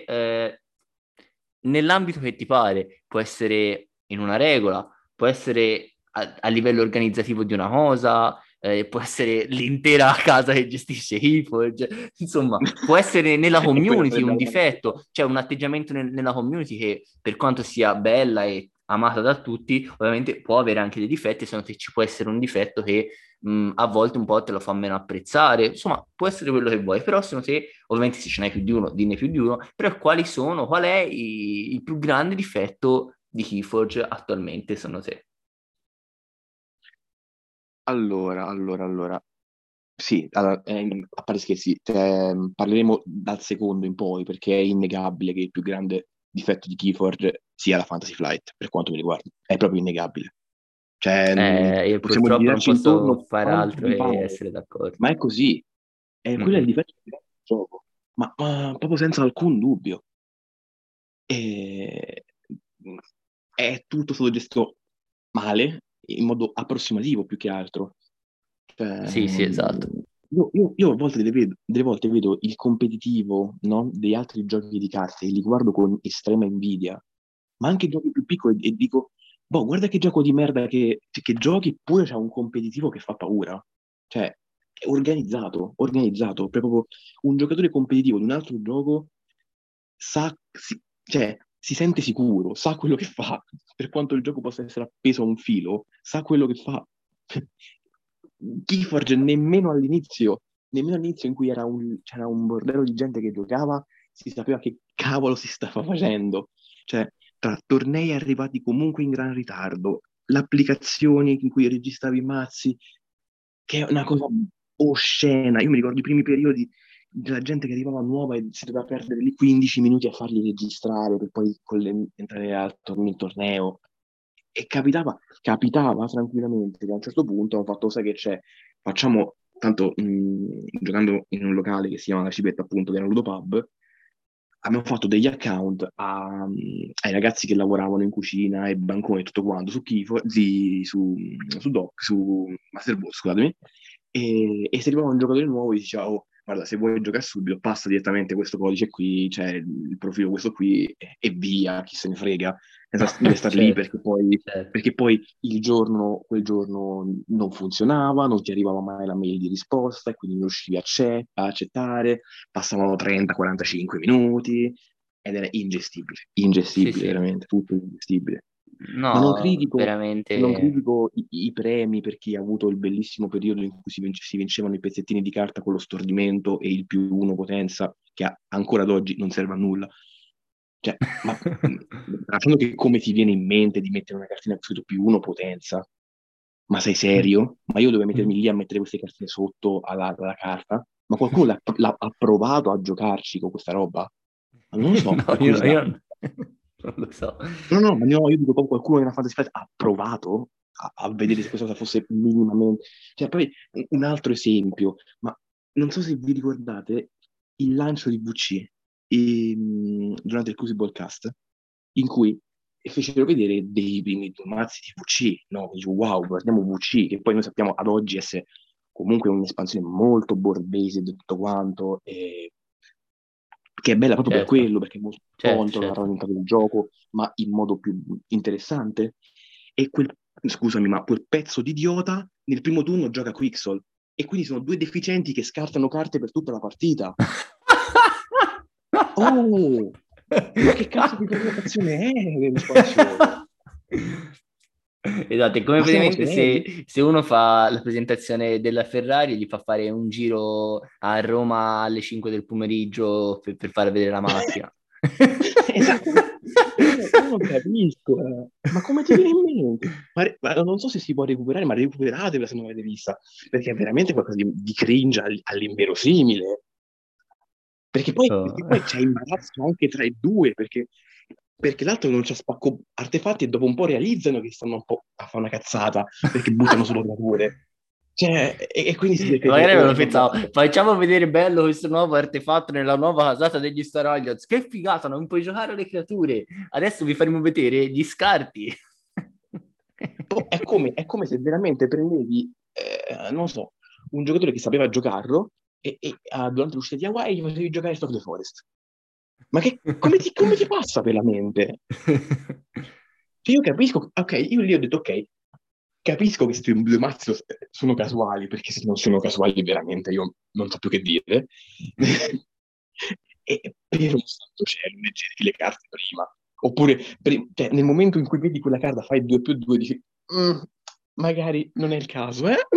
nell'ambito che ti pare, può essere in una regola, può essere a livello organizzativo di una cosa, può essere l'intera casa che gestisce Keyforge, insomma, può essere nella E quella community sarebbe un la domanda più difetto, cioè un atteggiamento nella community che per quanto sia bella e amata da tutti, ovviamente può avere anche dei difetti, se no che ci può essere un difetto che a volte un po' te lo fa meno apprezzare, insomma, può essere quello che vuoi, però secondo te, ovviamente se ce n'hai più di uno, dinne più di uno, però qual è il più grande difetto di Keyforge attualmente, secondo te? allora. Sì, allora, a parte scherzi, cioè, parleremo dal secondo in poi, perché è innegabile che il più grande difetto di Keyforge sia la Fantasy Flight, per quanto mi riguarda. È proprio innegabile. Cioè, Io possiamo purtroppo non girarci posso intorno fare quanto altro vi che pare, essere d'accordo. ma è così. E quello è il Mm-mm. difetto del gioco, ma proprio senza alcun dubbio. E è tutto stato gestito male, in modo approssimativo più che altro. Cioè, Sì, sì, esatto. io a volte delle volte vedo il competitivo, no, degli altri giochi di carte e li guardo con estrema invidia, ma anche giochi più piccoli e dico, boh, guarda che gioco di merda che giochi eppure c'è un competitivo che fa paura. Cioè, è organizzato, proprio un giocatore competitivo di un altro gioco cioè, si sente sicuro, sa quello che fa, per quanto il gioco possa essere appeso a un filo, sa quello che fa. Keyforge nemmeno all'inizio in cui c'era un bordello di gente che giocava, si sapeva che cavolo si stava facendo. Cioè, tra tornei arrivati comunque in gran ritardo, l'applicazione in cui registravi i mazzi, che è una cosa oscena. Io mi ricordo i primi periodi della gente che arrivava nuova e si doveva perdere lì 15 minuti a farli registrare per poi entrare nel torneo. E capitava tranquillamente che a un certo punto hanno fatto, sai che c'è, facciamo, tanto giocando in un locale che si chiama La Civetta, appunto, che era un ludopub, abbiamo fatto degli account ai ragazzi che lavoravano in cucina, ai banconi e tutto quanto, su Kifo, su Masterboard, scusatemi, e se arrivava un giocatore nuovo gli diceva, oh, guarda, se vuoi giocare subito, passa direttamente questo codice qui, c'è il profilo questo qui, e via, chi se ne frega, senza deve star lì Certo, certo. perché poi quel giorno non funzionava, non ti arrivava mai la mail di risposta, e quindi non riuscivi a accettare, passavano 30-45 minuti ed era Sì, ingestibile, sì. veramente, tutto ingestibile. Ma No, non veramente. critico i premi per chi ha avuto il bellissimo periodo in cui si vincevano i pezzettini di carta con lo stordimento e il più uno potenza, che ancora ad oggi non serve a nulla. Cioè, ma lasciando che come ti viene in mente di mettere una cartina con scritto più uno potenza, ma sei serio? Ma io dovevo mettermi lì a mettere queste cartine sotto alla carta? Ma qualcuno ha provato a giocarci con questa roba? Ma non lo so, No, per curiosità. io non lo so. No, ma no, io dico proprio qualcuno nella Fantasy Flight ha provato a vedere se questa cosa fosse minimamente... Cioè, poi un altro esempio, ma non so se vi ricordate il lancio di VC durante il Crucible Cast, in cui fecero vedere dei primi due mazzi di VC, no? Dicevo, wow, guardiamo VC, che poi noi sappiamo ad oggi essere comunque un'espansione molto board-based e tutto quanto, che è bella proprio per Certo, quello, perché è molto certo, conto, la certo. rallentata del gioco, ma in modo più interessante. E scusami, ma quel pezzo di idiota nel primo turno gioca Quixel. E quindi sono due deficienti che scartano carte per tutta la partita. Oh, ma che cazzo di provocazione è l'espansione? Esatto, è come Ma siamo praticamente seri? se uno fa la presentazione della Ferrari e gli fa fare un giro a Roma alle 5 del pomeriggio per far vedere la macchina. Esatto. Io non capisco, ma come ti viene in mente? Ma non so se si può recuperare, ma recuperatela se non l'avete vista, perché è veramente qualcosa di cringe all'inverosimile. Perché poi c'è imbarazzo anche tra i due, perché l'altro non c'ha spacco artefatti e dopo un po' realizzano che stanno un po' a fare una cazzata, perché buttano solo creature. Cioè, e quindi si E cerca di dire, magari oh, avevano vabbè, pensato, facciamo vedere bello questo nuovo artefatto nella nuova casata degli Staroglios. Che figata, non puoi giocare alle creature. Adesso vi faremo vedere gli scarti. è come se veramente prendevi, non so, un giocatore che sapeva giocarlo durante l'uscita di Hawaii gli facevi giocare Stock the Forest. Ma come ti passa per la mente? Cioè, io capisco, ok, io lì ho detto, ok, capisco che questi due mazzi sono casuali, perché se non sono casuali veramente io non so più che dire. E per un santo cielo, leggetevi le carte prima. Oppure, cioè, nel momento in cui vedi quella carta, fai 2 più 2, dici, "Mm, magari non è il caso, eh?"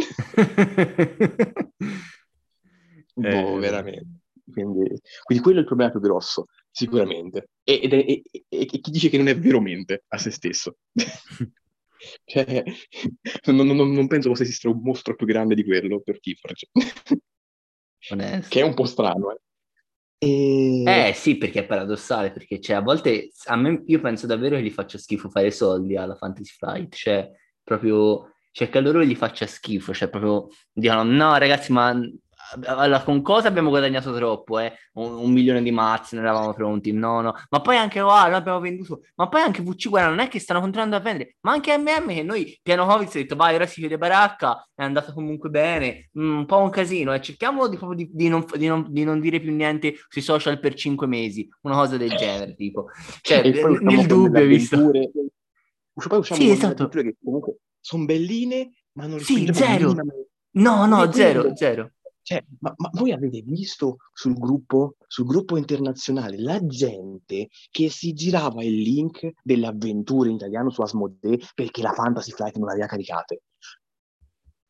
Boh, Vabbè. veramente. Quindi quello è il problema più grosso, sicuramente. E chi dice che non è veramente a se stesso. Cioè, non penso possa esistere un mostro più grande di quello per Keyforge. Che è Onesto. un po' strano, eh. E... Sì, perché è paradossale, perché cioè, a volte a me, io penso davvero che gli faccia schifo fare soldi alla Fantasy Flight, cioè proprio, cioè che a loro gli faccia schifo, cioè proprio dicono no ragazzi, ma allora, con cosa abbiamo guadagnato troppo, eh? Un milione di mazzi, non eravamo pronti, no, no, ma poi anche noi abbiamo venduto, ma poi anche VC, guarda, non è che stanno continuando a vendere, ma anche MM che noi, piano Covid, si è detto vai, ora si chiude baracca, è andato comunque bene, un po' un casino, e cerchiamo proprio di non dire più niente sui social per 5 mesi, una cosa del genere, tipo. Cioè, e poi usciamo nel con delle dubbio, hai visto? avventure. Poi usciamo Sì, con delle esatto. avventure che comunque sono belline, ma non Sì, respingiamo zero. minimamente. No, no, zero, Quello. zero. Cioè, ma voi avete visto sul gruppo internazionale la gente che si girava il link delle avventure in italiano su Asmodee perché la Fantasy Flight non l'aveva caricate?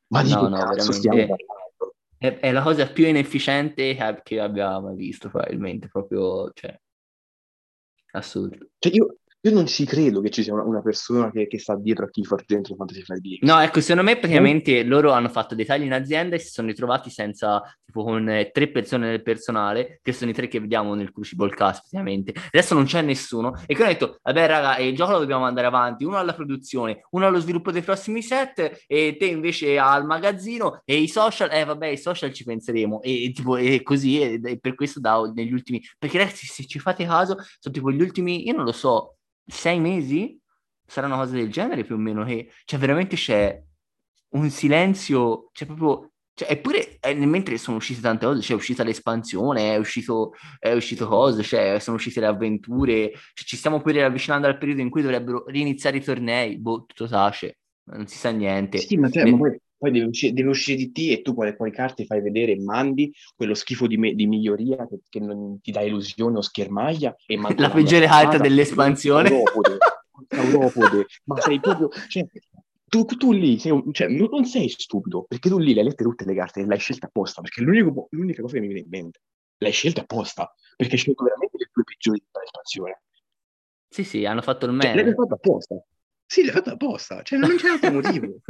Ma di No, che no, cazzo stiamo veramente parlando? è la cosa più inefficiente che abbia mai visto, probabilmente, proprio, cioè, assurdo. Cioè io non ci credo che ci sia una persona che sta dietro a Keyforge dentro Fantasy Flight Games. No, ecco, secondo me No? praticamente loro hanno fatto dei tagli in azienda e si sono ritrovati senza, tipo, con tre persone del personale, che sono i tre che vediamo nel Crucible Cast, praticamente. Adesso non c'è nessuno. E quindi ho detto, vabbè, raga, il gioco lo dobbiamo andare avanti. Uno alla produzione, uno allo sviluppo dei prossimi set, e te invece al magazzino, e i social, vabbè, i social ci penseremo. Tipo, e così, e per questo negli ultimi... Perché ragazzi, se ci fate caso, sono tipo gli ultimi, io non lo so, 6 mesi? Sarà una cosa del genere più o meno che, cioè veramente c'è un silenzio, c'è proprio, cioè, eppure mentre sono uscite tante cose, c'è uscita l'espansione, è uscito cose, cioè sono uscite le avventure, cioè, ci stiamo pure avvicinando al periodo in cui dovrebbero riniziare i tornei, boh, tutto tace, non si sa niente. Sì, ma poi deve uscire di te e tu quali carte fai vedere e mandi quello schifo di miglioria che non ti dà illusione o schermaglia e manco La l'arma peggiore carta stampata e poi dell'espansione. sauropode, ma sei proprio, cioè, tu lì cioè, non sei stupido, perché tu lì le hai lette tutte le carte e l'hai scelta apposta, perché l'unica cosa che mi viene in mente, l'hai scelta apposta, perché hai scelto veramente le tue peggiori di espansione. Sì, sì, hanno fatto il Cioè, l'hai meme. fatto apposta. Sì, l'hai fatto apposta, cioè non c'è altro motivo.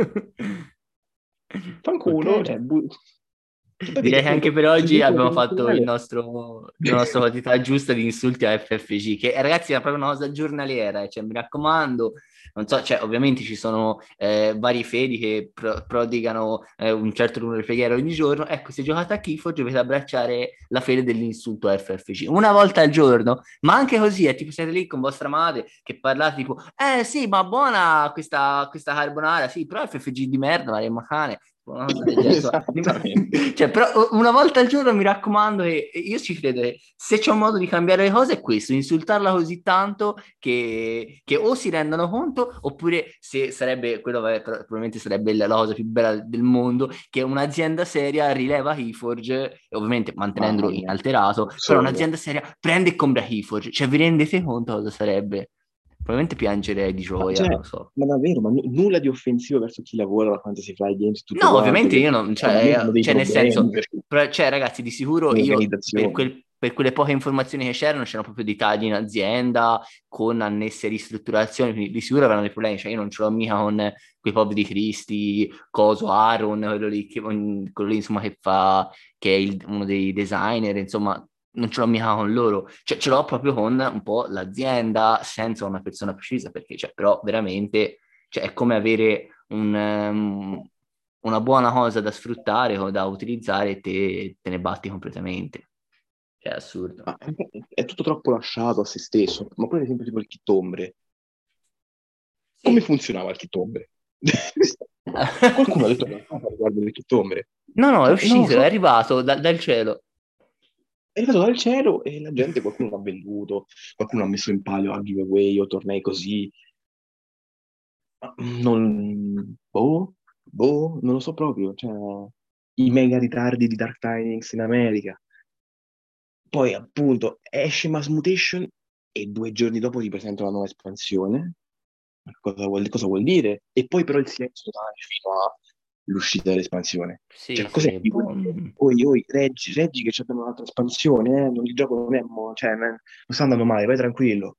Ok, Fanculo, cioè, dai. che poi vedi Direi che anche appunto per sul oggi gruppo abbiamo fatto internazionale. la nostra quantità giusta di insulti a FFG, che ragazzi è proprio una cosa giornaliera, cioè, mi raccomando, non so, cioè, ovviamente ci sono vari fedi che prodigano un certo numero di preghiere ogni giorno, ecco, se giocate a Keyforge dovete abbracciare la fede dell'insulto a FFG, una volta al giorno, ma anche così, è tipo siete lì con vostra madre che parlate tipo, sì, ma buona questa carbonara, sì, però FFG di merda, ma cane, una cosa del genere. Insomma, Esattamente. cioè, però una volta al giorno mi raccomando, e io ci credo che se c'è un modo di cambiare le cose è questo, insultarla così tanto che o si rendono conto, oppure se sarebbe, quello probabilmente sarebbe la cosa più bella del mondo, che un'azienda seria rileva Keyforge, e ovviamente mantenendolo Mamma, inalterato, però solo. un'azienda seria prende e compra Keyforge, cioè vi rendete conto cosa sarebbe? Probabilmente piangerei di Ma, gioia, non cioè, lo so. ma davvero, ma nulla di offensivo verso chi lavora alla Fantasy Flight Games, tutto No, quanto, ovviamente che io non, probabilmente hanno dei cioè nel problemi senso, perché cioè ragazzi, di sicuro io l'organizzazione. per quelle poche informazioni che c'erano proprio dei tagli in azienda con annesse ristrutturazioni, quindi di sicuro avranno dei problemi, cioè io non ce l'ho mica con quei poveri cristi, Coso, Aaron, quello lì insomma che è uno dei designer, insomma, non ce l'ho mica con loro, cioè ce l'ho proprio con un po' l'azienda senza una persona precisa, perché cioè, però veramente cioè, è come avere una buona cosa da sfruttare o da utilizzare e te ne batti completamente. Cioè, è assurdo. Ma è tutto troppo lasciato a se stesso. Ma poi ad esempio tipo il kittombre. Come Sì. funzionava il kittombre? Qualcuno ha detto qualcosa riguardo il kittombre? No, no, è Cioè, non lo uscito, è so. arrivato dal cielo. È arrivato dal cielo e la gente, qualcuno l'ha venduto, qualcuno ha messo in palio a giveaway o tornei così. Ma non lo so proprio. Cioè, i mega ritardi di Dark Tidings in America. Poi, appunto, esce Mass Mutation e 2 giorni dopo ti presenta la nuova espansione. Cosa vuol dire? E poi però il silenzio totale fino all'uscita dell'espansione. Sì, Cioè, cos'è sì, che ti vuol boh. dire? Oi, reggi che abbiamo un'altra espansione, non, il gioco non è, cioè, non sta andando male, vai tranquillo.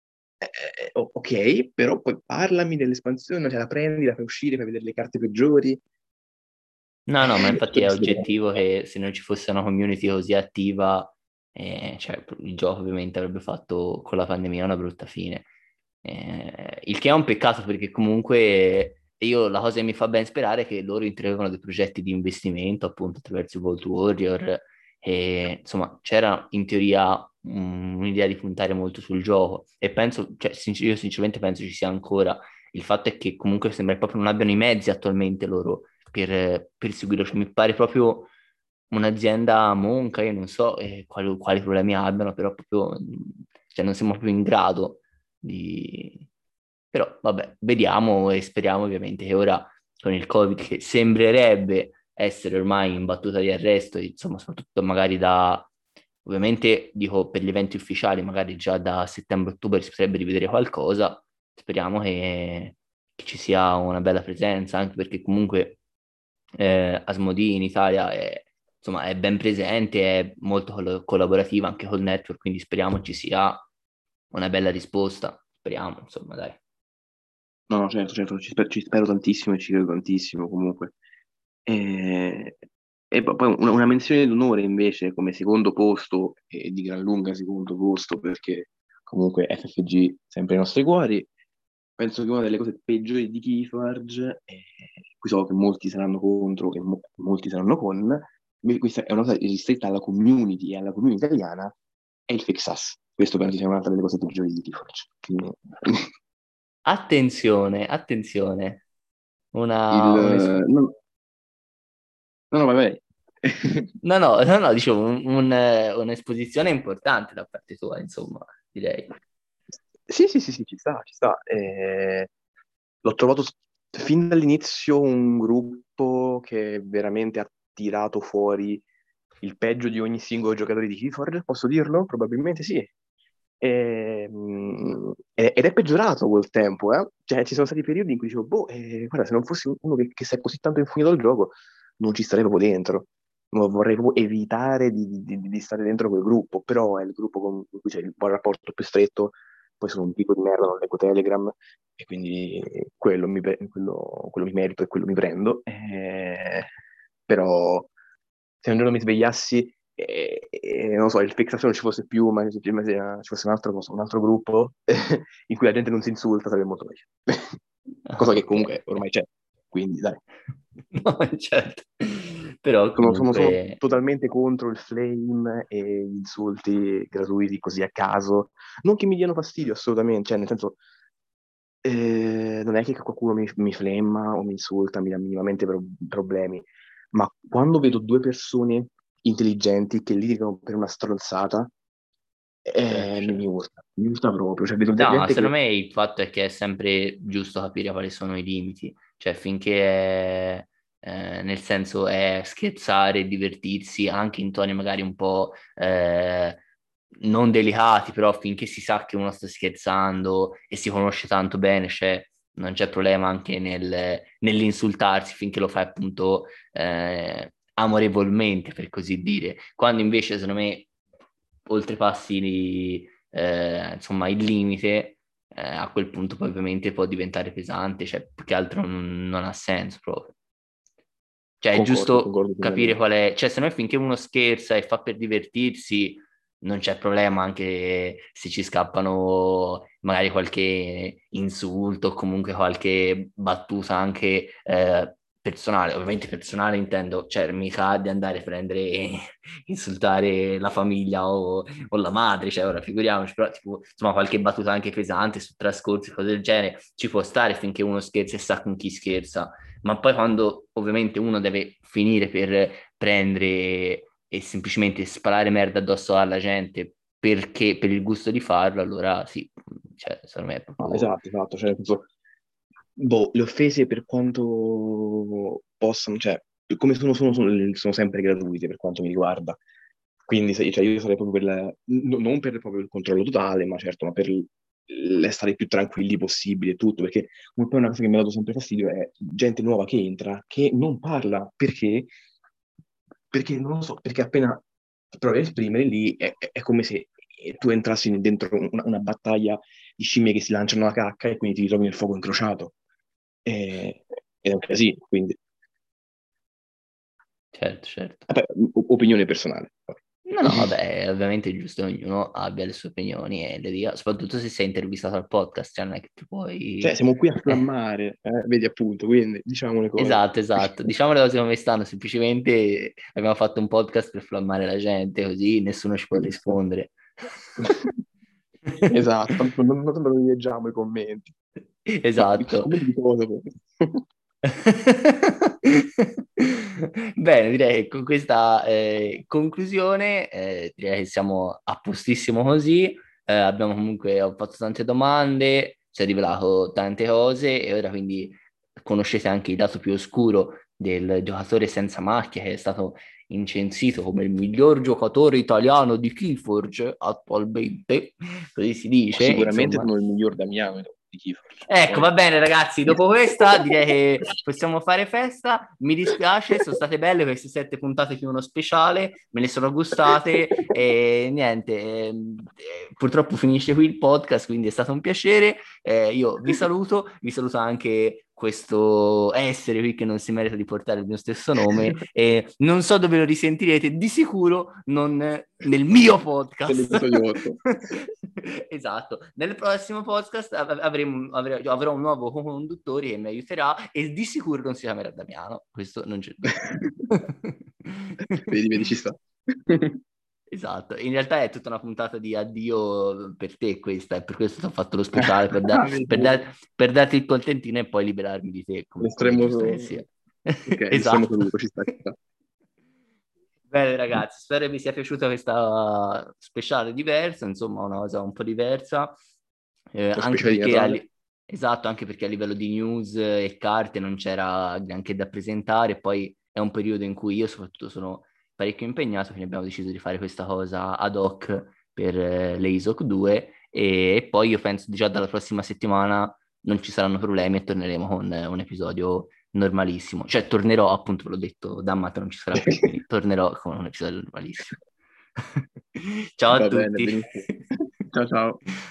Ok, però poi parlami dell'espansione, cioè la prendi, la fai uscire, fai vedere le carte peggiori. No, no, ma infatti è Dovresti vedere. oggettivo che se non ci fosse una community così attiva, cioè, il gioco ovviamente avrebbe fatto con la pandemia una brutta fine. Il che è un peccato perché comunque io la cosa che mi fa ben sperare è che loro intravedono dei progetti di investimento appunto attraverso Vault Warrior e insomma c'era in teoria un'idea di puntare molto sul gioco e penso, cioè io sinceramente penso ci sia ancora. Il fatto è che comunque sembra proprio non abbiano i mezzi attualmente loro per seguirlo, cioè mi pare proprio un'azienda monca, io non so quali problemi abbiano, però proprio cioè, non siamo proprio in grado di... Però vabbè, vediamo e speriamo ovviamente che ora con il Covid che sembrerebbe essere ormai in battuta di arresto, e, insomma, soprattutto magari ovviamente dico per gli eventi ufficiali, magari già da settembre-ottobre si potrebbe rivedere qualcosa, speriamo che ci sia una bella presenza, anche perché comunque Asmodee in Italia insomma, è ben presente, è molto collaborativa anche col network, quindi speriamo ci sia una bella risposta, speriamo, insomma, dai. No, no, certo, certo, ci spero tantissimo e ci credo tantissimo comunque. E, poi una menzione d'onore invece come secondo posto, e di gran lunga secondo posto, perché comunque FFG sempre ai nostri cuori. Penso che una delle cose peggiori di Keyforge, qui so che molti saranno contro e molti saranno con, questa è una cosa ristretta alla community e alla community italiana, è il Fixas. Questo penso sia un'altra delle cose peggiori di Keyforge. Quindi, Attenzione, attenzione, il, una, no, no, no, vai, vai. no, no, no, no, dicevo, un'esposizione importante da parte tua, insomma, direi. Sì, sì, sì, sì, ci sta, ci sta. L'ho trovato fin dall'inizio un gruppo che veramente ha tirato fuori il peggio di ogni singolo giocatore di Keyforge, posso dirlo? Probabilmente sì. Ed è peggiorato col tempo, eh? Cioè, ci sono stati periodi in cui dicevo, boh, guarda, se non fossi uno che si è così tanto infognato al gioco, non ci starei proprio dentro. Vorrei proprio evitare di stare dentro quel gruppo, però è il gruppo con cui c'è il buon rapporto più stretto, poi sono un tipo di merda, non leggo Telegram, e quindi quello mi merito e quello mi prendo. Però se un giorno mi svegliassi e non so, il Fixation non ci fosse più, ma ci fosse un altro, un altro gruppo in cui la gente non si insulta, sarebbe molto meglio. Ah, Cosa che ok, comunque ok. ormai c'è, quindi dai. No, certo, però Sono comunque, totalmente contro il flame e gli insulti gratuiti così a caso. Non che mi diano fastidio, assolutamente, cioè nel senso, non è che qualcuno mi flemma o mi insulta, mi dà minimamente problemi, ma quando vedo due persone intelligenti che litigano per una stronzata, certo, certo. mi urta proprio, cioè vedo No, ma gente secondo che... me il fatto è che è sempre giusto capire quali sono i limiti, cioè finché è, nel senso è scherzare, divertirsi anche in toni magari un po' non delicati, però finché si sa che uno sta scherzando e si conosce tanto bene, cioè non c'è problema anche nell'insultarsi finché lo fai appunto amorevolmente, per così dire. Quando invece, secondo me, oltrepassi insomma, il limite, a quel punto poi ovviamente può diventare pesante, cioè più che altro non ha senso proprio. Cioè è Concordo, giusto concordo capire pienamente. qual è, cioè se noi finché uno scherza e fa per divertirsi, non c'è problema anche se ci scappano magari qualche insulto o comunque qualche battuta anche personale, ovviamente personale intendo, cioè mica di andare a prendere e insultare la famiglia o la madre, cioè ora figuriamoci, però tipo, insomma qualche battuta anche pesante su trascorsi, cose del genere, ci può stare finché uno scherza e sa con chi scherza, ma poi quando ovviamente uno deve finire per prendere e semplicemente sparare merda addosso alla gente perché per il gusto di farlo, allora sì, cioè, secondo me è No, proprio... esatto, esatto, cioè, nel senso, boh, le offese per quanto possano, cioè, come sono sempre gratuite per quanto mi riguarda. Quindi cioè, io sarei proprio non per proprio il controllo totale, ma certo, ma per stare più tranquilli possibile e tutto, perché poi una cosa che mi ha dato sempre fastidio è gente nuova che entra, che non parla, perché non lo so, perché appena ti provi a esprimere lì è come se tu entrassi dentro una battaglia di scimmie che si lanciano la cacca e quindi ti ritrovi nel fuoco incrociato. Ed è un casino, quindi, Certo, certo. vabbè, opinione personale. No, no, vabbè, ovviamente è giusto che ognuno abbia le sue opinioni e le dica, soprattutto se sei intervistato al podcast, cioè non è che ti Cioè, puoi... siamo qui a Eh, flammare, vedi appunto, quindi diciamo le cose. esatto, esatto. Diciamo le cose come stanno, semplicemente abbiamo fatto un podcast per flammare la gente, così nessuno ci può Giusto. rispondere. Esatto, tanto non leggiamo i commenti. Ma i Esatto. commenti di cosa poi? Bene, direi che con questa conclusione direi che siamo a postissimo così. Abbiamo comunque ho fatto tante domande, si è rivelato tante cose e ora quindi conoscete anche il lato più oscuro del giocatore senza macchia che è stato incensito come il miglior giocatore italiano di Keyforge attualmente, così si Ma dice, sicuramente insomma. sono il miglior Damiano di Keyforge. Ecco, Poi... va bene ragazzi, dopo questa direi che possiamo fare festa. Mi dispiace, sono state belle queste 7 puntate più uno speciale, me le sono gustate e niente, purtroppo finisce qui il podcast, quindi è stato un piacere. Io vi saluto anche questo essere qui che non si merita di portare il mio stesso nome e non so dove lo risentirete, di sicuro non nel mio podcast. Esatto, nel prossimo podcast avrò un nuovo conduttore che mi aiuterà e di sicuro non si chiamerà Damiano, questo non c'è dubbio. Vedi, ci sta. Esatto, in realtà è tutta una puntata di addio per te questa, e per questo ho fatto lo speciale, per darti il contentino e poi liberarmi di te, come è giusto che sia. Okay, Esatto. saluto, ci sta. Bene ragazzi, spero vi sia piaciuta questa speciale diversa, insomma una cosa un po' diversa, anche perché esatto, anche perché a livello di news e carte non c'era neanche da presentare, poi è un periodo in cui io soprattutto sono parecchio impegnato, quindi abbiamo deciso di fare questa cosa ad hoc per le ISOC 2 e poi io penso già dalla prossima settimana non ci saranno problemi e torneremo con un episodio normalissimo. Cioè tornerò, appunto, ve l'ho detto, Dammat non ci sarà più, quindi tornerò con un episodio normalissimo. Ciao a Va bene, tutti. benissimo. Ciao.